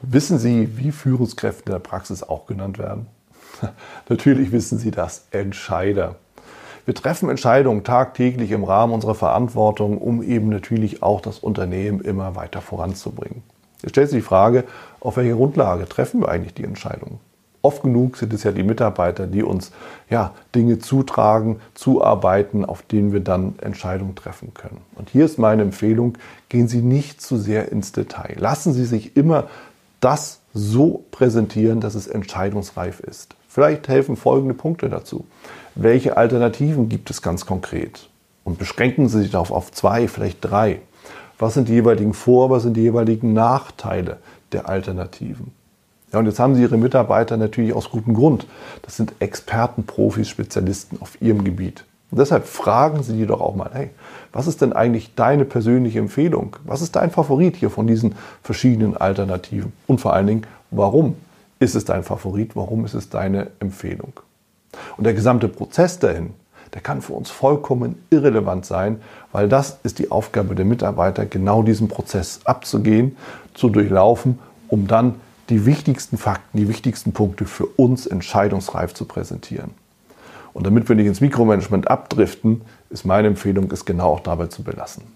Wissen Sie, wie Führungskräfte in der Praxis auch genannt werden? Natürlich wissen Sie das, Entscheider. Wir treffen Entscheidungen tagtäglich im Rahmen unserer Verantwortung, um eben natürlich auch das Unternehmen immer weiter voranzubringen. Jetzt stellt sich die Frage, auf welcher Grundlage treffen wir eigentlich die Entscheidungen? Oft genug sind es ja die Mitarbeiter, die uns Dinge zutragen, zuarbeiten, auf denen wir dann Entscheidungen treffen können. Und hier ist meine Empfehlung, gehen Sie nicht zu sehr ins Detail. Lassen Sie sich immer das so präsentieren, dass es entscheidungsreif ist. Vielleicht helfen folgende Punkte dazu. Welche Alternativen gibt es ganz konkret? Und beschränken Sie sich darauf auf 2, vielleicht 3. Was sind die jeweiligen Vor-, was sind die jeweiligen Nachteile der Alternativen? Ja, und jetzt haben Sie Ihre Mitarbeiter natürlich aus gutem Grund. Das sind Experten, Profis, Spezialisten auf Ihrem Gebiet. Und deshalb fragen Sie die doch auch mal, hey, was ist denn eigentlich deine persönliche Empfehlung? Was ist dein Favorit hier von diesen verschiedenen Alternativen? Und vor allen Dingen, warum ist es dein Favorit? Warum ist es deine Empfehlung? Und der gesamte Prozess dahin, der kann für uns vollkommen irrelevant sein, weil das ist die Aufgabe der Mitarbeiter, genau diesen Prozess abzugehen, zu durchlaufen, um dann die wichtigsten Fakten, die wichtigsten Punkte für uns entscheidungsreif zu präsentieren. Und damit wir nicht ins Mikromanagement abdriften, ist meine Empfehlung, es genau auch dabei zu belassen.